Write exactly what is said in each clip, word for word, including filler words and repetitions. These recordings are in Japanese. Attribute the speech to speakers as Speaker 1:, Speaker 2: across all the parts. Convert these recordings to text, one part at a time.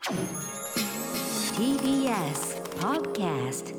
Speaker 1: ティービーエス Podcast。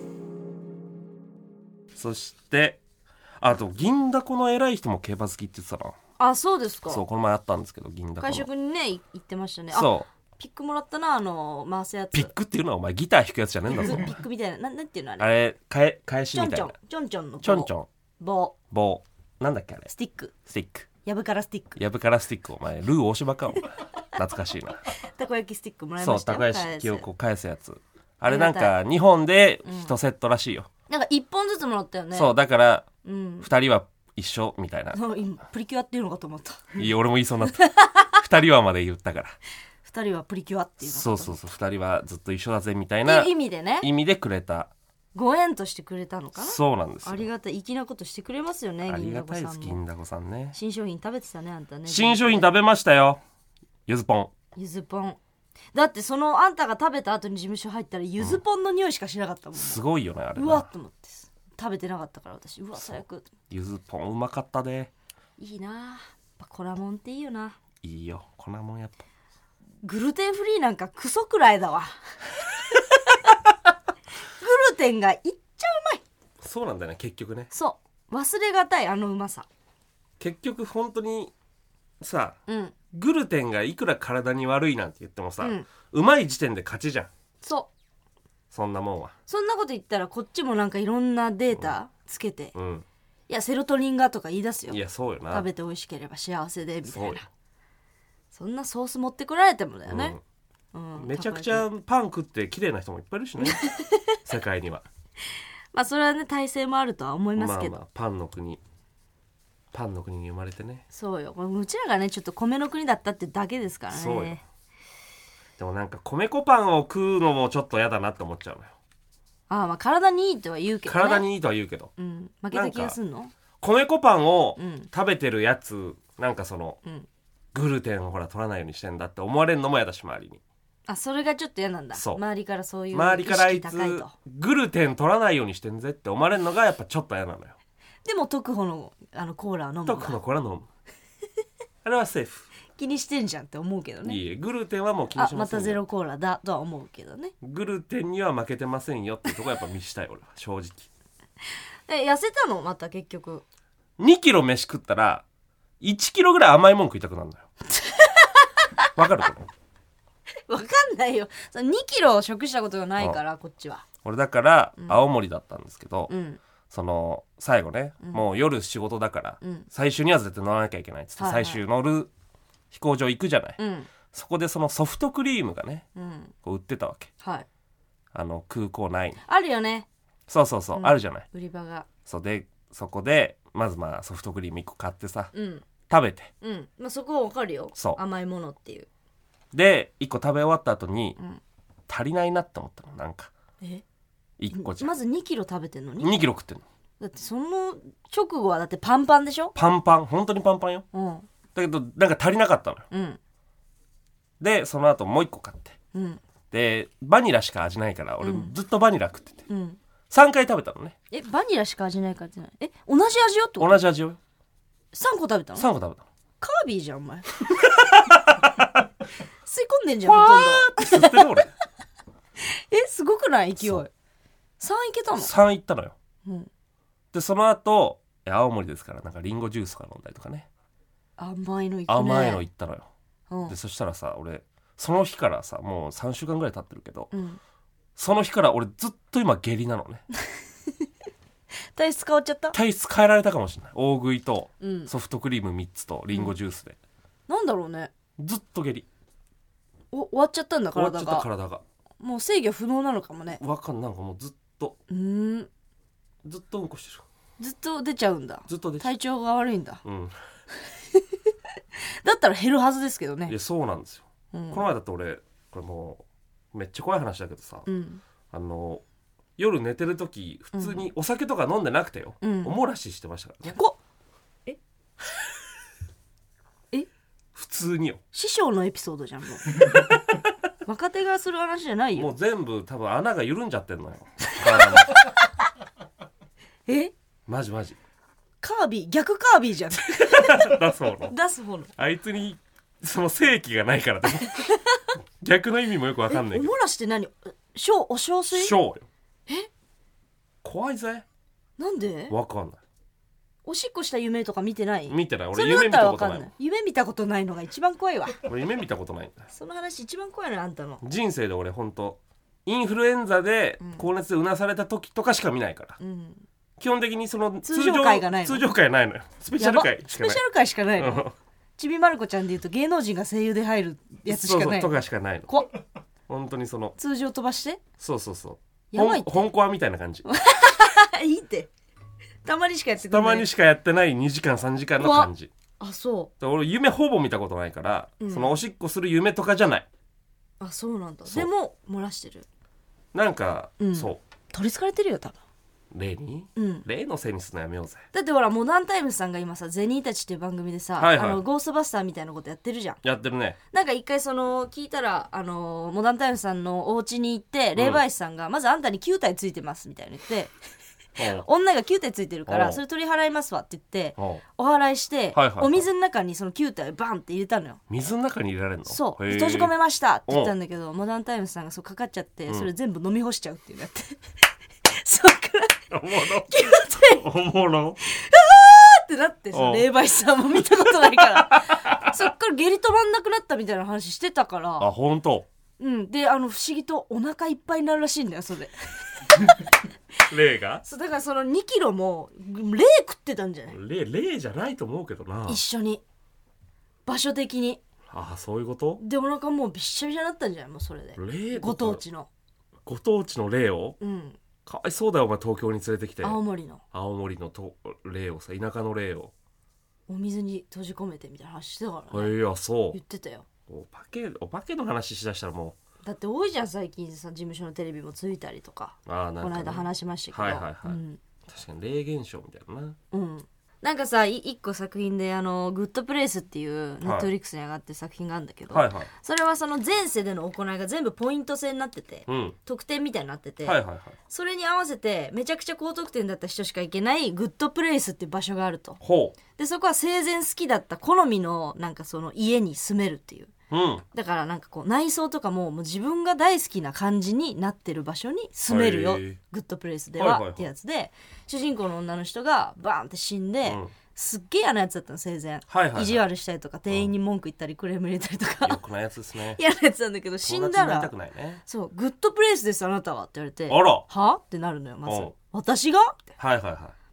Speaker 2: そしてあと銀だこの偉い人も競馬好きって言ってたな。
Speaker 3: あ、そうですか。
Speaker 2: そうこの前あったんですけど銀だこの
Speaker 3: 会食にね行ってましたね。
Speaker 2: そう
Speaker 3: ピックもらったな、あの回すやつ。
Speaker 2: ピックっていうのはお前ギター弾くやつじゃねえんだぞ
Speaker 3: ピックみたいな、ななんていうのあれ。
Speaker 2: あれかえ返し
Speaker 3: ちょんちょん
Speaker 2: みたいな
Speaker 3: ちょんちょんの棒
Speaker 2: ちょんちょん
Speaker 3: 棒
Speaker 2: 棒なんだっけあれ
Speaker 3: スティック
Speaker 2: スティック
Speaker 3: やぶからスティック
Speaker 2: やぶからスティックお前ルー大柴かお前懐かしいな
Speaker 3: たこ焼きスティックもらい
Speaker 2: そう
Speaker 3: ましたよ。
Speaker 2: たこ焼きをこう返すやつあれ
Speaker 3: ありが
Speaker 2: なんかにほんでいちセットらしいよ、
Speaker 3: なんかいっぽんずつもらったよね。
Speaker 2: そうだから
Speaker 3: うん
Speaker 2: ふたりは一緒みたいな、
Speaker 3: そう今プリキュアっていうのかと思った。
Speaker 2: いい俺も言いそうになったふたりはまで言ったから
Speaker 3: ふたりはプリキュアっていうのかと
Speaker 2: そうそうそうふたりはずっと一緒だぜみたいな
Speaker 3: 意味でね、
Speaker 2: 意味でくれた。
Speaker 3: ご縁としてくれたのかな。
Speaker 2: そうなんですよ
Speaker 3: ありがたい粋なことしてくれますよね。
Speaker 2: あり
Speaker 3: 銀だ
Speaker 2: がたいです
Speaker 3: こさんも
Speaker 2: 銀だこさんね。
Speaker 3: 新商品食べてたね、あんたね。
Speaker 2: 新商品食べましたよゆずポン。
Speaker 3: ゆずポンだってそのあんたが食べた後に事務所入ったらゆずポンの匂いしかしなかったもん、
Speaker 2: すごいよねあれな。
Speaker 3: うわっと思って食べてなかったから私、うわ最悪。
Speaker 2: ゆずポンうまかったで。
Speaker 3: いいな、やっぱコラモンっていいよな。
Speaker 2: いいよ粉もんやっぱ
Speaker 3: グルテンフリーなんかクソくらいだわグルテンがいっちゃうまい。
Speaker 2: そうなんだよね結局ね。
Speaker 3: そう忘れがたいあのうまさ。
Speaker 2: 結局本当にさ
Speaker 3: うん
Speaker 2: グルテンがいくら体に悪いなんて言ってもさ、
Speaker 3: うん
Speaker 2: うまい時点で勝ちじゃん
Speaker 3: そう
Speaker 2: そんなもんは。
Speaker 3: そんなこと言ったらこっちもなんかいろんなデータつけて、
Speaker 2: うん
Speaker 3: いやセロトニンがとか言い出すよ。
Speaker 2: いやそうよな。
Speaker 3: 食べて美味しければ幸せでみた
Speaker 2: そうよ
Speaker 3: いな。そんなソース持ってこられてもだよね、うん
Speaker 2: うんめちゃくちゃパン食って綺麗な人もいっぱいいるしね世界には。
Speaker 3: まあそれはね体制もあるとは思いますけど、
Speaker 2: まあまあパンの国パンの国に生まれてね。
Speaker 3: そうよ、うちらがねちょっと米の国だったってだけですからね。
Speaker 2: そうよ。でもなんか米粉パンを食うのもちょっと嫌だなって思っちゃうのよ。
Speaker 3: ああまあ体にいいとは言うけどね。
Speaker 2: 体にいいとは言うけど、
Speaker 3: うん、負けた気がすんの。
Speaker 2: 米粉パンを
Speaker 3: うん
Speaker 2: 食べてるやつなんかその、
Speaker 3: うん
Speaker 2: グルテンをほら取らないようにしてんだって思われるのも嫌だし周りに。
Speaker 3: あそれがちょっと嫌なんだ。
Speaker 2: そう
Speaker 3: 周りからそういう
Speaker 2: 周りからあい
Speaker 3: 意識高い
Speaker 2: つ
Speaker 3: と。
Speaker 2: グルテン取らないようにしてんぜって思われるのがやっぱちょっと嫌なのよ。
Speaker 3: でも特保のあのコーラを飲むんだ。
Speaker 2: 特のコーラ飲むあれはセーフ。
Speaker 3: 気にしてんじゃんって思うけどね。
Speaker 2: いいえグルテンはもう気に
Speaker 3: あ
Speaker 2: しませんよ。
Speaker 3: またゼロコーラだとは思うけどね。
Speaker 2: グルテンには負けてませんよっていうところやっぱ見したい俺は正直。
Speaker 3: え痩せたのまた結局。
Speaker 2: にキロ飯食ったらいちキロぐらい甘いもん食いたくなるのよわかるかな。
Speaker 3: わかんないよ。そのにキロ食したことがないからこっちは。
Speaker 2: 俺だから青森だったんですけど、
Speaker 3: うん
Speaker 2: その最後ね、
Speaker 3: うん
Speaker 2: もう夜仕事だから、
Speaker 3: うん
Speaker 2: 最終には絶対乗らなきゃいけないっつって、
Speaker 3: はいはい
Speaker 2: 最終乗る飛行場行くじゃない、
Speaker 3: うん
Speaker 2: そこでそのソフトクリームがね
Speaker 3: うん
Speaker 2: こう売ってたわけ。
Speaker 3: はい。
Speaker 2: あの空港内に
Speaker 3: あるよね
Speaker 2: そうそうそう、
Speaker 3: うん
Speaker 2: あるじゃない。
Speaker 3: 売り場が。
Speaker 2: そうでそこでまずまあソフトクリームいっこ買ってさ
Speaker 3: うん
Speaker 2: 食べて、
Speaker 3: うんまあそこはわかるよ。
Speaker 2: そう
Speaker 3: 甘いものっていう。
Speaker 2: でいっこ食べ終わった後に、
Speaker 3: うん
Speaker 2: 足りないなって思ったのなんか
Speaker 3: え
Speaker 2: いっこじゃ
Speaker 3: まずにキロ食べてんのに。
Speaker 2: にキロ食ってんの
Speaker 3: だってその直後はだってパンパンでしょ。
Speaker 2: パンパン本当にパンパンよ。
Speaker 3: うん
Speaker 2: だけどなんか足りなかったのよ。
Speaker 3: うん
Speaker 2: でその後もういっこ買って
Speaker 3: うん
Speaker 2: でバニラしか味ないから俺
Speaker 3: うん
Speaker 2: ずっとバニラ食ってて、
Speaker 3: うん
Speaker 2: さんかい食べたのね。
Speaker 3: えバニラしか味ないからってない。え同じ味よってこと。
Speaker 2: 同じ味を
Speaker 3: さんこ食べたの。
Speaker 2: さんこ食べたの。
Speaker 3: カービィじゃんお前吸い込んでんじゃんほとんど。
Speaker 2: 吸ってる俺
Speaker 3: えすごくない勢い。
Speaker 2: そう
Speaker 3: さんいけたの。
Speaker 2: さんいったのよ。
Speaker 3: うん
Speaker 2: でその後え青森ですからなんかリンゴジュースとか飲んだりとかね
Speaker 3: 甘いのいくね。
Speaker 2: 甘いのいったのよ。
Speaker 3: うん
Speaker 2: でそしたらさ俺その日からさもうさんしゅうかんぐらい経ってるけど、
Speaker 3: うん
Speaker 2: その日から俺ずっと今下痢なのね。
Speaker 3: 体質変わっちゃった。
Speaker 2: 体質変えられたかもしれない。大食いと
Speaker 3: うん
Speaker 2: ソフトクリームみっつとリンゴジュースで、
Speaker 3: なんだろうね。
Speaker 2: ずっと下痢。
Speaker 3: お終わっちゃったんだ
Speaker 2: 終わっちゃった
Speaker 3: 体が。
Speaker 2: 体が
Speaker 3: もう制御不能なのかもね。
Speaker 2: わかんなんかもうずっと
Speaker 3: うーん
Speaker 2: ずっとうんこしてる。
Speaker 3: ずっと出ちゃうんだ。
Speaker 2: ずっと出てる。
Speaker 3: 体調が悪いんだ。
Speaker 2: うん
Speaker 3: だったら減るはずですけどね
Speaker 2: い。やそうなんですよ、
Speaker 3: うん
Speaker 2: この前だって俺これもうめっちゃ怖い話だけどさ、
Speaker 3: うん
Speaker 2: あの夜寝てる時普通にお酒とか飲んでなくてよ、
Speaker 3: うん
Speaker 2: おもらししてましたからね。
Speaker 3: こええ
Speaker 2: 普通によ。
Speaker 3: 師匠のエピソードじゃんもう若手がする話じゃないよ。
Speaker 2: もう全部多分穴が緩んじゃってんのよ体の
Speaker 3: え
Speaker 2: マジマジ
Speaker 3: カービィ逆カービィじゃん
Speaker 2: 出す方の
Speaker 3: 出す方の。
Speaker 2: あいつにその正規がないからでも逆の意味もよくわかんないけど
Speaker 3: おもらしって何？小お小水？
Speaker 2: 小よ。
Speaker 3: え
Speaker 2: 怖いぜ。
Speaker 3: なんで？
Speaker 2: わかんない。
Speaker 3: おしっこした夢とか見てない？
Speaker 2: 見てない。
Speaker 3: それだった
Speaker 2: 俺夢見た
Speaker 3: らわかんない
Speaker 2: ことないもん。
Speaker 3: 夢見たことないのが一番怖いわ
Speaker 2: 俺夢見たことないんだ。
Speaker 3: その話一番怖いのあんたの。
Speaker 2: 人生で俺ほんとインフルエンザで高熱でうなされた時とかしか見ないから、
Speaker 3: うん、
Speaker 2: 基本的にその
Speaker 3: 通常回がないの。
Speaker 2: 通常回ないのよ。スペシャル回しかない。
Speaker 3: スペシャル回しかない
Speaker 2: うん
Speaker 3: の。ちびまる子ちゃんで言うと芸能人が声優で入るやつしかないの。
Speaker 2: そうそうとかしかないの。
Speaker 3: 怖っ。
Speaker 2: 本当にその
Speaker 3: 通常飛ばして
Speaker 2: そうそうそう
Speaker 3: やばいって
Speaker 2: 本コアみたいな感じ
Speaker 3: いいってたまにしかやってくれない。
Speaker 2: たまにしかやってないにじかんさんじかんの感じ。
Speaker 3: あそ
Speaker 2: 俺夢ほぼ見たことないから、
Speaker 3: うん、
Speaker 2: そのおしっこする夢とかじゃない。
Speaker 3: あそうなんだ。でも漏らしてる。
Speaker 2: なんか、
Speaker 3: うん、
Speaker 2: そう
Speaker 3: 取りつかれてるよ多分。
Speaker 2: 例に、
Speaker 3: うん、
Speaker 2: 例のせいにすのやめようぜ。
Speaker 3: だってほらモダンタイムスさんが今さゼニーたちっていう番組でさ、
Speaker 2: はいはい、
Speaker 3: あのゴーストバスターみたいなことやってるじゃん。
Speaker 2: やってるね。
Speaker 3: なんか一回その聞いたらあのモダンタイムスさんのお家に行って霊媒師さんが、うん、まずあんたにきゅう体ついてますみたいな言って女がきゅう体ついてるからそれ取り払いますわって言ってお祓いして、はいはいはい、お水の中にそのきゅう体をバンって入れたのよ。
Speaker 2: 水の中に入れられるの？
Speaker 3: そう閉じ込めましたって言ったんだけどモダンタイムスさんがそうかかっちゃって、うん、それ全部飲み干しちゃうっていうのやってそっから
Speaker 2: おもろおもろ
Speaker 3: ってなって、その霊媒師さんも見たことないからそっから下痢止まんなくなったみたいな話してたから。
Speaker 2: あ本当。
Speaker 3: うんであの不思議とお腹いっぱいになるらしいんだよそれ
Speaker 2: 霊が。
Speaker 3: そうだからそのにキロも霊食ってたんじゃない？
Speaker 2: 霊霊じゃないと思うけどな。
Speaker 3: 一緒に場所的に。
Speaker 2: ああそういうこと。
Speaker 3: でお腹もうびっしゃびしゃになったんじゃない？もうそれで霊ご当地の
Speaker 2: ご当地の霊を、
Speaker 3: うん、
Speaker 2: かわいそうだよお前東京に連れてきて。
Speaker 3: 青森の
Speaker 2: 青森のと霊をさ田舎の霊を
Speaker 3: お水に閉じ込めてみたいな話してたから
Speaker 2: ね。いやそう
Speaker 3: 言ってたよ。
Speaker 2: お化けお化けの話しだしたらも
Speaker 3: うだって多いじゃん最近さ事務所のテレビもついたりとか。あなんか、ね、この間話しましたけど、
Speaker 2: はいはいはい、うん、確かに霊現象みたいなな。
Speaker 3: うんなんかさ一個作品であのグッドプレイスっていうネットフリックスに上がってる作品があるんだけど、はいはいはい、それはその前世での行いが全部ポイント制になってて、うん、得点みたいになってて、はいはいはい、それに合わせてめちゃくちゃ高得点だった人しか行けないグッドプレイスっていう場所があると。ほうでそこは生前好きだった好みのなんかその家に住めるっていう、うん、だからなんかこう内装とかももう自分が大好きな感じになってる場所に住めるよ、グッドプレイスでは、はいはいはい、ってやつで主人公の女の人がバーンって死んで、うんすっげえ嫌なやつだったの生前、はいはいはい、意地悪したりとか店員に文句言ったりクレーム入れたりとか、うん、よくないやつですね嫌なやつなんだけど死んだら、ね、そうグッドプレイスですあなたはって言われてあらはってなるのよまず私がって、はいはいはい、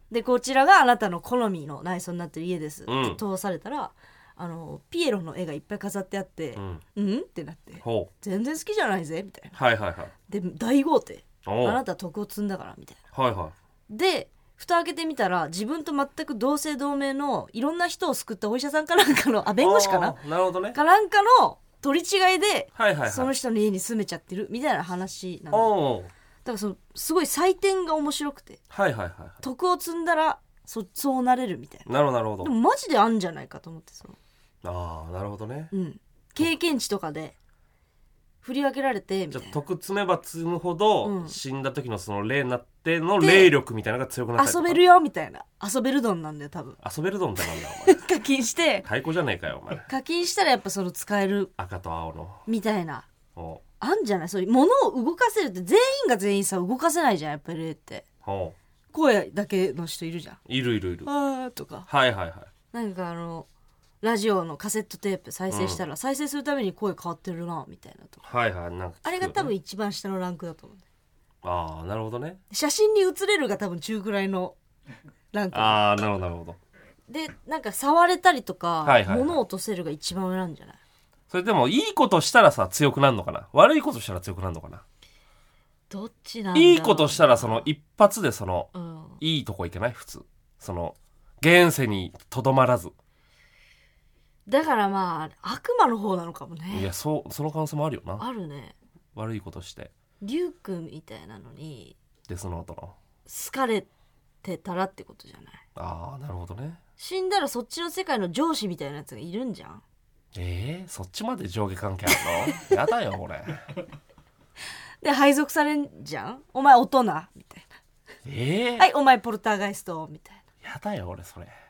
Speaker 3: でこちらがあなたの好みの内装になってる家です、うん、って通されたらあのピエロの絵がいっぱい飾ってあって、うん、うんってなって全然好きじゃないぜみたいな、はいはいはい、で大豪邸あなた徳を積んだからみたいな、はいはい、で蓋開けてみたら自分と全く同姓同名のいろんな人を救ったお医者さんかなんかのあ弁護士かななるほど、ね、かなんかの取り違いで、はいはいはい、その人の家に住めちゃってるみたいな話なんだよ。だからそのすごい採点が面白くて、はいはいはい、徳を積んだら そ, そうなれるみたいな。なるほどなるほど。でもマジであんじゃないかと思ってその
Speaker 2: ああなるほどね、
Speaker 3: うん、経験値とかで振り分けられてみたいな。
Speaker 2: じゃ徳積めば積むほど、うん、死んだ時のその霊になっての霊力みたいなのが強くなったりとか。
Speaker 3: 遊べるよみたいな。遊べるドンなんだよ多分。
Speaker 2: 遊べるドンってなんだお前
Speaker 3: 課金して
Speaker 2: 太鼓じゃねえかよお前。
Speaker 3: 課金したらやっぱその使える
Speaker 2: 赤と青の
Speaker 3: みたいなおあんじゃない。そういう物を動かせるって全員が全員さ動かせないじゃんやっぱり霊って。お声だけの人いるじゃん。
Speaker 2: いるいるいる。
Speaker 3: あーとか
Speaker 2: はいはいはい。
Speaker 3: なんかあのラジオのカセットテープ再生したら、うん、再生するために声変わってるなみたいなとか、
Speaker 2: はいはい、なんか、ね、
Speaker 3: あれが多分一番下のランクだと思う。
Speaker 2: ああなるほどね。
Speaker 3: 写真に写れるが多分中くらいのランク。
Speaker 2: ああなるほどなるほど。
Speaker 3: でなんか触れたりとか、はいはいはい、物を落とせるが一番上なんじゃない。
Speaker 2: それでもいいことしたらさ強くなるのかな、悪いことしたら強くなるのかな。
Speaker 3: どっちなんだろう。
Speaker 2: いいことしたらその一発でその、うん、いいとこいけない普通その現世にとどまらず。
Speaker 3: だからまあ悪魔の方なのかもね。
Speaker 2: いや そ, その可能性もあるよな。
Speaker 3: あるね。
Speaker 2: 悪いことして
Speaker 3: リュウ君みたいなのに
Speaker 2: でその後の
Speaker 3: 好かれてたらってことじゃない。
Speaker 2: ああなるほどね。
Speaker 3: 死んだらそっちの世界の上司みたいなやつがいるんじゃん。
Speaker 2: えー、そっちまで上下関係あるのやだよ俺
Speaker 3: で配属されんじゃん。お前大人みたいな。
Speaker 2: えー、
Speaker 3: はいお前ポルターガイストみたいな。
Speaker 2: やだよ俺それ。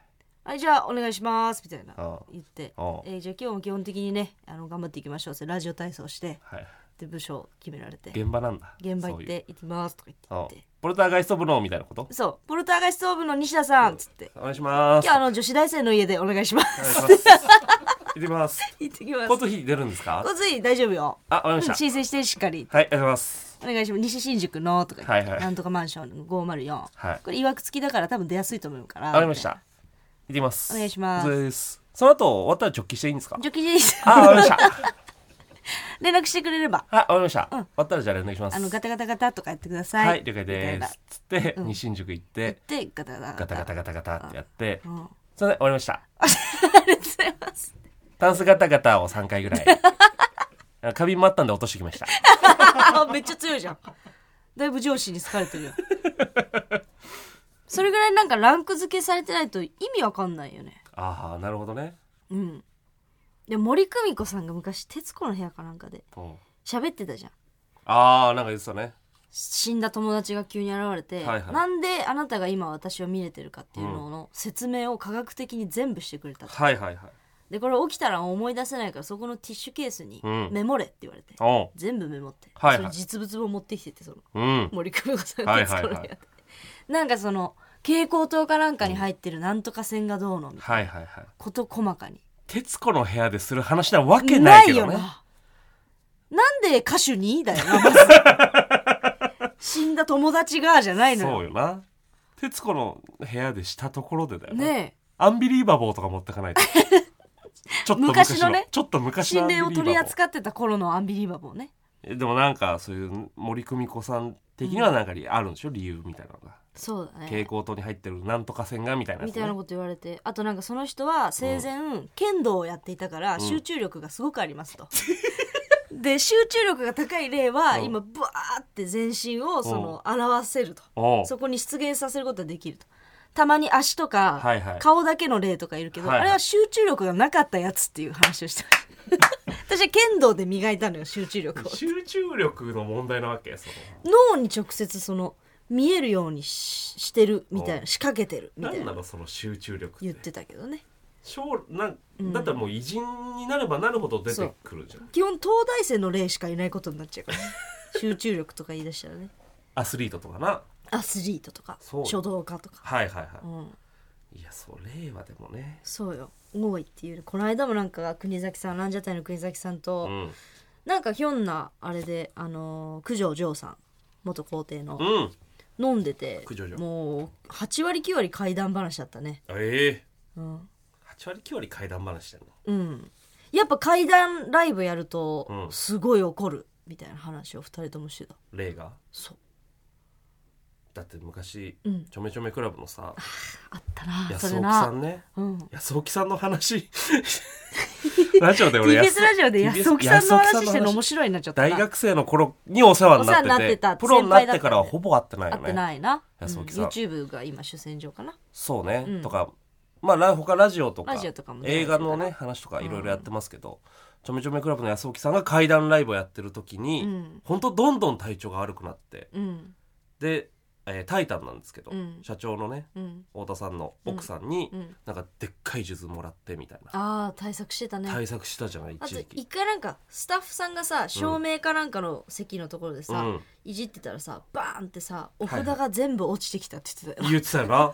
Speaker 3: はいじゃあお願いしますみたいな
Speaker 2: あ
Speaker 3: 言って、
Speaker 2: あ
Speaker 3: えー、じゃあ今日も基本的にねあの頑張っていきましょうってラジオ体操して、
Speaker 2: はい、
Speaker 3: で部署決められて
Speaker 2: 現場なんだ。
Speaker 3: 現場行って行きますとか言って言って
Speaker 2: ポルターガイスト部のみたいなこと。
Speaker 3: そうポルターガイスト部の西田さんっつって、
Speaker 2: お願いします。
Speaker 3: 今日あの女子大生の家でお願いします
Speaker 2: お願いします行ってきます
Speaker 3: 行ってきます。
Speaker 2: 交通費出るんですか。
Speaker 3: 交通費大丈夫よ。
Speaker 2: あ、わかりました。
Speaker 3: 申請してしっかり。
Speaker 2: はい、ありがとうございます。
Speaker 3: お願いします。西新宿のとか、
Speaker 2: はいはい、
Speaker 3: なんとかマンションごまるよん、
Speaker 2: はい、
Speaker 3: これいわくつきだから多分出やすいと思うから。
Speaker 2: わかりました。行ってきます。
Speaker 3: お願いします。
Speaker 2: です。その後終わったら直帰していいんですか。
Speaker 3: 直帰でいいです。
Speaker 2: あ、わかりました
Speaker 3: 連絡してくれれば。
Speaker 2: あ、わかりました、うん、終わったらじゃあ連絡します。
Speaker 3: あのガタガタガタとかやってください。
Speaker 2: はい了解ですつって、うん、西新宿行って
Speaker 3: 行ってガタガタ
Speaker 2: ガタガタガタガタってやって、
Speaker 3: うん、
Speaker 2: それで終わりました。
Speaker 3: ありがとうございます。
Speaker 2: タンスガタガタをさんかいぐらい花瓶もあったんで落としてきました
Speaker 3: めっちゃ強いじゃん。だいぶ上司に好かれてるよそれぐらいなんかランク付けされてないと意味わかんないよね。
Speaker 2: ああなるほどね。
Speaker 3: うん。で森久美子さんが昔徹子の部屋かなんかで喋ってたじゃん。
Speaker 2: ああなんか言ってたね。
Speaker 3: 死んだ友達が急に現れて、はいはい、なんであなたが今私を見れてるかっていうのの説明を科学的に全部してくれたと、
Speaker 2: はいはいはい。
Speaker 3: でこれ起きたら思い出せないからそこのティッシュケースにメモれって言われて、
Speaker 2: うん、
Speaker 3: 全部メモって、
Speaker 2: はいはい、
Speaker 3: それ実物も持ってきててその、
Speaker 2: うん、
Speaker 3: 森久美子さんが徹子の部屋で、はいはいはい、なんかその蛍光灯かなんかに入ってるなんとか線がどうのみたいなこと細かに、
Speaker 2: 徹子の部屋でする話なわけないけどね。ないよな。
Speaker 3: なんで歌手にだよなまず死んだ友達がじゃないのよ。
Speaker 2: そうよな。徹子の部屋でしたところでだよな。
Speaker 3: ねえ
Speaker 2: アンビリーバボーとか持ってかないとちょっと昔 の, 昔のねちょっと昔の
Speaker 3: 心霊を取り扱ってた頃のアンビリーバボーね。
Speaker 2: でもなんかそういう森久美子さん的にはなんかあるんでしょ、うん、理由みたいなのが。
Speaker 3: そうだね。
Speaker 2: 蛍光灯に入ってるなんとか線がみたいなやつ、ね、
Speaker 3: みたいなこと言われて、あとなんかその人は生前、うん、剣道をやっていたから集中力がすごくありますと、うん、で集中力が高い霊は今ブワーって全身をその表せると、そこに出現させることができると。たまに足とか、はいはい、顔だけの霊とかいるけど、はいはい、あれは集中力がなかったやつっていう話をして私は剣道で磨いたのよ集中力を。
Speaker 2: 集中力の問題なわけ。その
Speaker 3: 脳に直接その見えるように し, してるみたいな、仕掛けてるみたいな。
Speaker 2: 何なのその集中力って。
Speaker 3: 言ってたけどね。
Speaker 2: なんだったらもう偉人になればなるほど出てくるじゃん、うん、
Speaker 3: 基本東大生の霊しかいないことになっちゃうから、ね、集中力とか言い出したらね。
Speaker 2: アスリートとかな。
Speaker 3: アスリートとか書道家とか。
Speaker 2: はいはいはい、
Speaker 3: うん、
Speaker 2: いやそう令和でもね。
Speaker 3: そうよ多いっていう。この間もなんか国崎さんランジャタイの国崎さんと、うん、なんかひょんなあれであのー、九条城さん元皇帝の、うん、飲んでてもうはちわりきゅうわり怪談話だったね。
Speaker 2: ええー、うん、はちわりきゅうわり怪談話してんの。
Speaker 3: うん、やっぱ怪談ライブやるとすごい怒るみたいな話をふたりともしてた。
Speaker 2: 霊が。そうだって昔、うん、ちょめちょめクラブのさ あ,
Speaker 3: あったな
Speaker 2: 安沖さんね、
Speaker 3: うん、
Speaker 2: 安沖さんの話ラジオで俺
Speaker 3: ティービーエス ラジオで安沖さんの話してるの面白いな。ちゃった
Speaker 2: 大学生の頃にお世話になって て,
Speaker 3: なってた
Speaker 2: プロになってからはほぼ会ってないよね。
Speaker 3: 会ってないな、
Speaker 2: 安沖さん、
Speaker 3: うん、YouTube が今主戦場かな。
Speaker 2: そうね、うん、とかまあ他ラジオとか
Speaker 3: ラジオとかも、ね、
Speaker 2: 映画のね話とかいろいろやってますけど、うん、ちょめちょめクラブの安沖さんが怪談ライブをやってる時に、うん、ほんとどんどん体調が悪くなって、うん、でえー、タイタンなんですけど、うん、社長のね、うん、太田さんの奥さんに、うん、なんかでっかい数珠もらってみたいな。
Speaker 3: あー対策してたね。
Speaker 2: 対策したじゃない一時期。
Speaker 3: あと一回なんかスタッフさんがさ照明かなんかの席のところでさ、うん、いじってたらさバーンってさお札が全部落ちてきたって言ってたよ、はいはい、
Speaker 2: 言ってたよな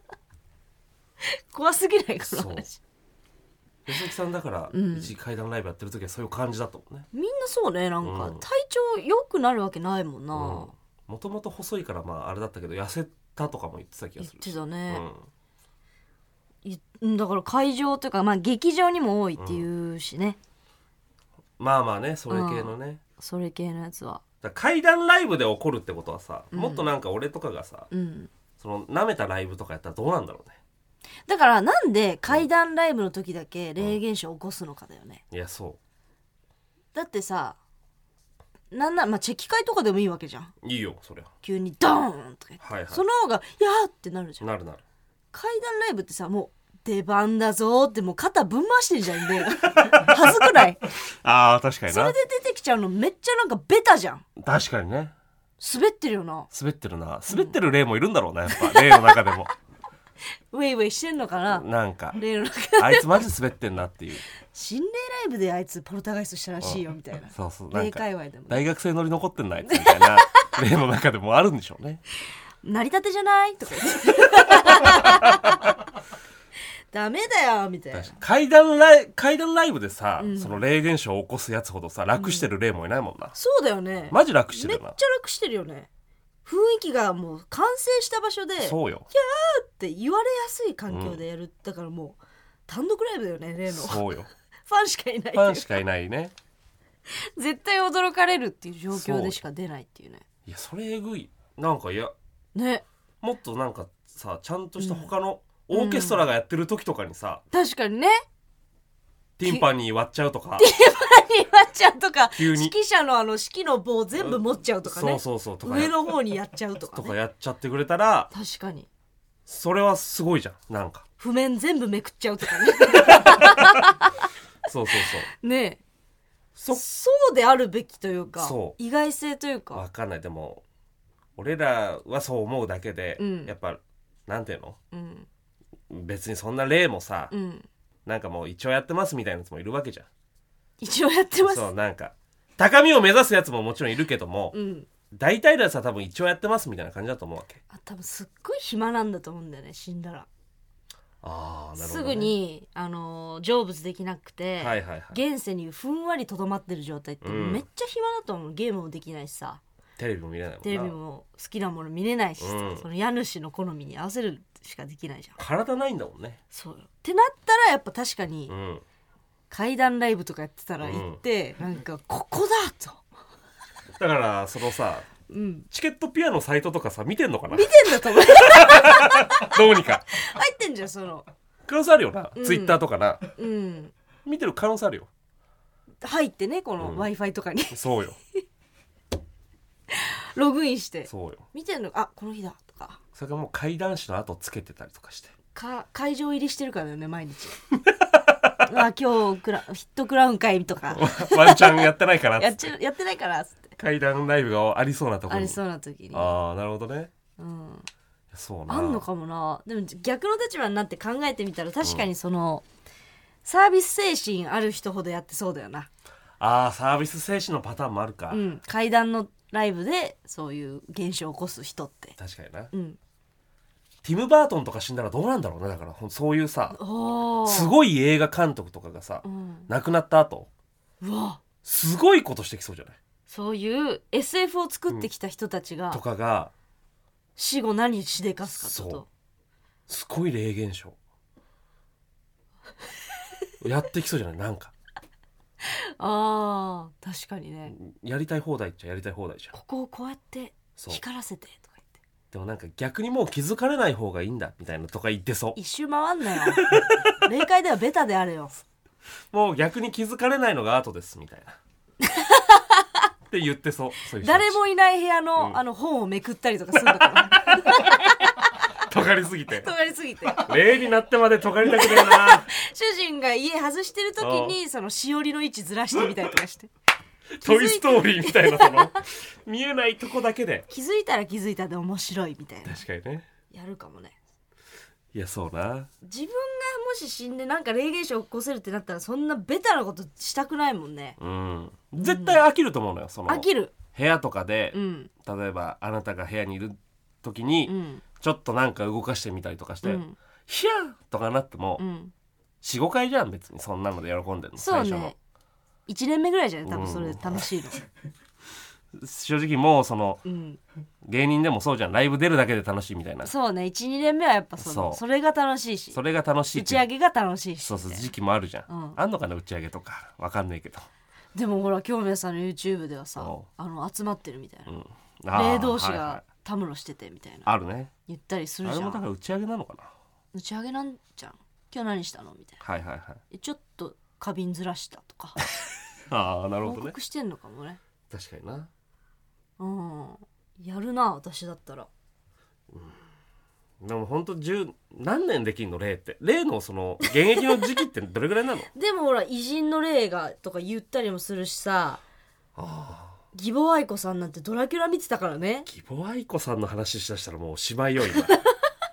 Speaker 3: 怖すぎないかな話。
Speaker 2: 安木さんだから、うん、一時怪談ライブやってる時はそういう感じだと思うね。
Speaker 3: みんなそうねなんか、うん、体調良くなるわけないもんな、うん
Speaker 2: もともと細いからまああれだったけど痩せたとかも言ってた気がする。
Speaker 3: 言ってたね、うん、だから会場というか、まあ、劇場にも多いっていうしね、
Speaker 2: うん、まあまあねそれ系のね、うん、
Speaker 3: それ系のやつは
Speaker 2: だ怪談ライブで起こるってことはさ、うん、もっとなんか俺とかがさ、
Speaker 3: うん、
Speaker 2: その舐めたライブとかやったらどうなんだろうね。
Speaker 3: だからなんで怪談ライブの時だけ霊現象を起こすのかだよね、
Speaker 2: うん、いやそう
Speaker 3: だってさなんな、まあ、チェキ会とかでもいいわけじゃん。
Speaker 2: いいよそりゃ
Speaker 3: 急にドーンとか、はいはい、その方がやーってなるじゃん。
Speaker 2: なるなる。
Speaker 3: 怪談ライブってさもう出番だぞってもう肩ぶん回してるじゃんねはずくない
Speaker 2: あー確かにな。
Speaker 3: それで出てきちゃうのめっちゃなんかベタじゃん。
Speaker 2: 確かにね。
Speaker 3: 滑ってるよな。
Speaker 2: 滑ってるな。滑ってる霊もいるんだろうなやっぱ霊の中でも
Speaker 3: ウェイウェイしてんのかな。
Speaker 2: なんか
Speaker 3: 例の
Speaker 2: あいつマジ滑ってんなっていう
Speaker 3: 心霊ライブであいつポルターガイストしたらしいよみたいな、
Speaker 2: そうそう、なんか
Speaker 3: 霊界隈でも、ね、
Speaker 2: 大学生乗り残ってんなあいつみたいな例の中でもあるんでしょうね。
Speaker 3: 成り立てじゃないとか言ってダメだよみたいな。
Speaker 2: 怪談ライ怪談ライブでさ、
Speaker 3: うん、
Speaker 2: その霊現象を起こすやつほどさ楽してる霊もいないもんな、うん、
Speaker 3: そうだよね。
Speaker 2: マジ楽してるな。
Speaker 3: めっちゃ楽してるよね。雰囲気がもう完成した場所で
Speaker 2: そうよ
Speaker 3: キャーって言われやすい環境でやる、うん、だからもう単独ライブだよね。例の
Speaker 2: そうよ
Speaker 3: ファンしかいない。
Speaker 2: ファンしかいないね。
Speaker 3: 絶対驚かれるっていう状況でしか出ないっていうね。
Speaker 2: いやそれえぐい。なんかいや
Speaker 3: ね、も
Speaker 2: っとなんかさちゃんとした他のオーケストラがやってる時とかにさ、
Speaker 3: うん、確かにね
Speaker 2: ティンパニー割っちゃうとか
Speaker 3: ティンパニー割っちゃうとか
Speaker 2: 急に
Speaker 3: 指揮者のあの指揮の棒全部持っちゃうとかね、
Speaker 2: そうそうそうとか
Speaker 3: 上の方にやっちゃうとか、ね、
Speaker 2: とかやっちゃってくれたら
Speaker 3: 確かに
Speaker 2: それはすごいじゃん。なんか
Speaker 3: 譜面全部めくっちゃうとかね
Speaker 2: そうそうそう
Speaker 3: ねえ そ, そうであるべきというか
Speaker 2: そう
Speaker 3: 意外性というか
Speaker 2: 分かんない。でも俺らはそう思うだけで、
Speaker 3: うん、
Speaker 2: やっぱなんていうの、
Speaker 3: うん、
Speaker 2: 別にそんな例もさ、
Speaker 3: うん、
Speaker 2: なんかもう一応やってますみたいなやつもいるわけじゃん。
Speaker 3: 一応やってます。
Speaker 2: そうなんか高みを目指すやつももちろんいるけども、
Speaker 3: うん、
Speaker 2: 大体のやつは多分一応やってますみたいな感じだと思うわけ。
Speaker 3: あ多分すっごい暇なんだと思うんだよね死んだら。
Speaker 2: あーなるほどね、
Speaker 3: すぐに、あのー、成仏できなくて、
Speaker 2: はいはいはい、
Speaker 3: 現世にふんわりとどまってる状態ってめっちゃ暇だと思う、うん、ゲームもできないしさ
Speaker 2: テレビも見れないもんな。
Speaker 3: テレビも好きなもの見れないしさ、
Speaker 2: うん、
Speaker 3: その家主の好みに合わせるしかできないじゃん。
Speaker 2: 体ないんだもんね。
Speaker 3: そうってなったらやっぱ確かに、
Speaker 2: うん、
Speaker 3: 怪談ライブとかやってたら行って、うん、なんかここだと
Speaker 2: だからそのさ、うん、チケットピアのサイトとかさ見てんのかな。
Speaker 3: 見てんだと思う
Speaker 2: どうにか
Speaker 3: 入ってんじゃん。その
Speaker 2: 可能性あるよな、
Speaker 3: うん、
Speaker 2: ツイッターとかな、
Speaker 3: うん、
Speaker 2: 見てる可能性あるよ。
Speaker 3: 入ってねこの w i f i とかに、
Speaker 2: うん、そうよ
Speaker 3: ログインして
Speaker 2: そうよ
Speaker 3: 見てんの。あこの日だとか。
Speaker 2: それがもう怪談師の後つけてたりとかして
Speaker 3: か会場入りしてるからね毎日あ今日クラヒットクラウン会とか
Speaker 2: ワンチャンやってないかなっ
Speaker 3: やっちやってないからっつって
Speaker 2: 怪談ライブがありそうなところに
Speaker 3: ありそうな時に。
Speaker 2: ああなるほどね、
Speaker 3: うん、
Speaker 2: そうな
Speaker 3: あんのかもな。でも逆の立場になって考えてみたら確かにその、うん、サービス精神ある人ほどやってそうだよな。
Speaker 2: あーサービス精神のパターンもあるか、
Speaker 3: うん、怪談のライブでそういう現象を起こす人って
Speaker 2: 確かにな、
Speaker 3: うん、
Speaker 2: ティム・バートンとか死んだらどうなんだろうね。だからそういうさすごい映画監督とかがさ、うん、亡くなった後
Speaker 3: うわ
Speaker 2: すごいことしてきそうじゃない。
Speaker 3: そういう エスエフ を作ってきた人たちが、
Speaker 2: うん、とかが
Speaker 3: 死後何しでかすかと
Speaker 2: すごい霊現象やってきそうじゃない。なんか
Speaker 3: あー確かにね。
Speaker 2: やりたい放題っちゃやりたい放題じゃん。
Speaker 3: ここをこうやって光らせてとか言って。
Speaker 2: でもなんか逆にもう気づかれない方がいいんだみたいなとか言ってそう。
Speaker 3: 一周回んなよ霊界ではベタであれよ
Speaker 2: もう逆に気づかれないのがアートですみたいなって言ってそう。そういう
Speaker 3: 誰もいない部屋の、うん、あの本をめくったりとかするんだから
Speaker 2: 尖りすぎて
Speaker 3: 尖りすぎて
Speaker 2: 霊になってまで尖りたくねえな
Speaker 3: 主人が家外してる時にそのしおりの位置ずらしてみたりとかして
Speaker 2: トイストーリーみたいなその見えないとこだけで
Speaker 3: 気づいたら気づいたで面白いみたいな。
Speaker 2: 確かにね
Speaker 3: やるかもね。
Speaker 2: いやそうな。
Speaker 3: 自分がもし死んでなんか霊現象を起こせるってなったらそんなベタなことしたくないもんね。
Speaker 2: うん絶対飽きると思うのよ。その
Speaker 3: 飽きる
Speaker 2: 部屋とかで、
Speaker 3: うん、
Speaker 2: 例えばあなたが部屋にいる時に、うん、ちょっとなんか動かしてみたりとかして、うん、ヒャーとかなっても、うん、よん、ごかいじゃん別にそんなので喜んでるの。
Speaker 3: そうね、
Speaker 2: 最初の
Speaker 3: いちねんめぐらいじゃない多分それ楽しいの、
Speaker 2: うん、正直もうその、うん、芸人でもそうじゃん。ライブ出るだけで楽しいみたいな。
Speaker 3: そうね いち,に 年目はやっぱそのそうそれが楽しいし
Speaker 2: それが楽しい
Speaker 3: 打ち上げが楽しいし
Speaker 2: そうそう時期もあるじゃん、うん、あんのかな打ち上げとかわかんないけど。
Speaker 3: でもほら京明さんの YouTube ではさあの集まってるみたいな、うん、霊同士がたむろしててみたいな、
Speaker 2: あるね
Speaker 3: 言ったりするじゃん。
Speaker 2: あれもだから打ち上げなのかな。
Speaker 3: 打ち上げなんじゃん。今日何したのみたいな。
Speaker 2: はいはいはい。
Speaker 3: ちょっと花瓶ずらしたとか
Speaker 2: ああなるほどね。
Speaker 3: 報告してんのかもね。
Speaker 2: 確かにな。
Speaker 3: うんやるな私だったら、
Speaker 2: うん、でもほんと十何年できんの霊って。霊のその現役の時期ってどれぐらいなの
Speaker 3: でもほら偉人の霊がとか言ったりもするしさあ義母愛子さんなんてドラキュラ見てたからね。
Speaker 2: 義母愛子さんの話しだしたらもうおしまいよ今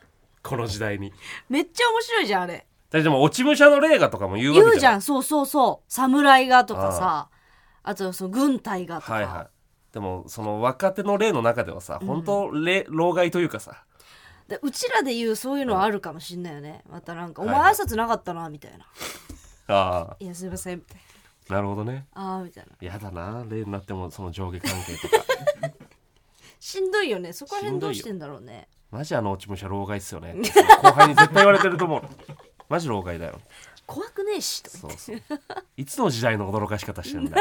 Speaker 2: この時代に
Speaker 3: めっちゃ面白いじゃんあれ。
Speaker 2: でも落ち武者の霊がとかも言うわけじゃん。
Speaker 3: 言うじゃん。そうそうそう、侍がとかさ、 あ, あとその軍隊がとか、
Speaker 2: はいはい、でもその若手の霊の中ではさ、うん、本当老害というかさ、
Speaker 3: でうちらで言うそういうのはあるかもしんないよね。またなんか、はいはい、お前挨拶なかったなみたいな、ああ、いやすいませんみたい
Speaker 2: な。なるほどね。
Speaker 3: ああみたいな。
Speaker 2: やだな、霊になってもその上下関係とか
Speaker 3: しんどいよね。そこら辺どうしてんだろうね。
Speaker 2: マジあの落ち武者老害っすよね後輩に絶対言われてると思うマジ老害だよ。
Speaker 3: 怖くねえしと。
Speaker 2: そうそう、いつの時代の驚かし方してんだよ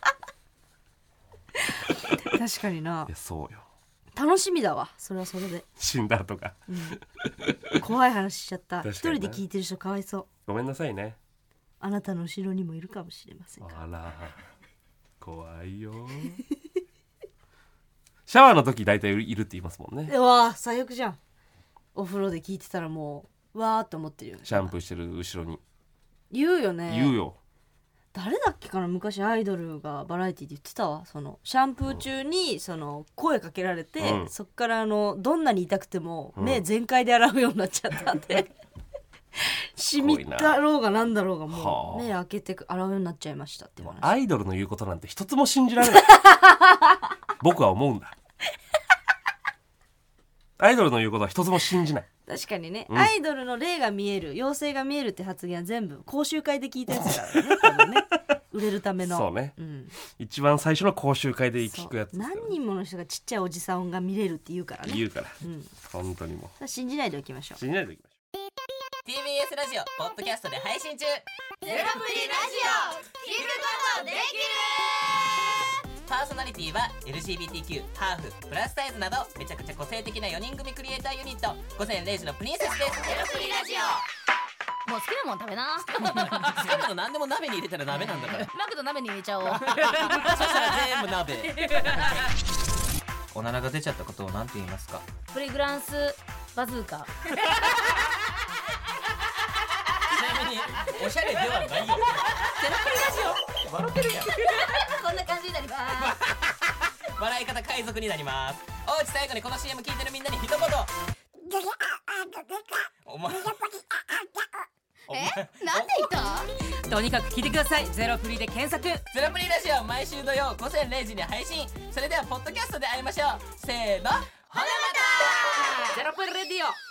Speaker 3: 確かにな。
Speaker 2: いやそうよ、
Speaker 3: 楽しみだわそれはそれで。
Speaker 2: 死んだとか、
Speaker 3: うん、怖い話しちゃった。一人で聞いてる人かわいそう。
Speaker 2: ごめんなさいね。
Speaker 3: あなたの後ろにもいるかもしれません。
Speaker 2: あら怖いよシャワーの時大体いるって言いますもんね。
Speaker 3: うわ最悪じゃん。お風呂で聞いてたらもうわーって思ってるよね。
Speaker 2: シャンプーしてる後ろに
Speaker 3: 言うよね。
Speaker 2: 言うよ。
Speaker 3: 誰だっけかな、昔アイドルがバラエティで言ってたわ。そのシャンプー中にその声かけられて、うん、そっからあのどんなに痛くても目全開で洗うようになっちゃったって、うん、しみだろうがなんだろうがもう目開けて洗うようになっちゃいましたって話。
Speaker 2: アイドルの言うことなんて一つも信じられない僕は思うんだ。アイドルの言うことは一つも信じない。
Speaker 3: 確かにね、うん、アイドルの霊が見える、妖精が見えるって発言は全部講習会で聞いたやつだからね多分ね売れるための。
Speaker 2: そうね、うん、一番最初の講習会で聞くやつです、ね、
Speaker 3: 何人もの人がちっちゃいおじさんが見れるって言うからね。
Speaker 2: 言うから、うん、本当にも
Speaker 3: う信じないでおきましょう。
Speaker 2: 信じないでおきましょう。
Speaker 4: ティービーエス ラジオポッドキャストで配信中。ゼロプリラジオ聞くことできる。パーソナリティは エルジービーティーキュー、ハーフ、プラスサイズなどめちゃくちゃ個性的なよにん組クリエイターユニット午前れいじのプリンセスです。ゼロプリラジオ
Speaker 5: もう好きなもん食べな
Speaker 4: 好きなの何でも鍋に入れたら鍋なんだから
Speaker 5: マクド鍋に入れちゃおうそ
Speaker 4: したら全部鍋おならが出ちゃったことを何て言いますか？
Speaker 5: プリグランスバズーカ
Speaker 4: ちなみにおしゃれではないよ。ゼロプリラジオ笑ってるやん
Speaker 5: こんな感じになります
Speaker 4: 笑い方海賊になります。おうち最後にこの シーエム 聞いてるみんなに一言。お前
Speaker 5: えなんで言った
Speaker 4: とにかく聞いてください。ゼロプリで検索。ゼロプリラジオ毎週土曜午前れいじに配信。それではポッドキャストで会いましょう。せーの、ほなまた。ゼロプリレディオ。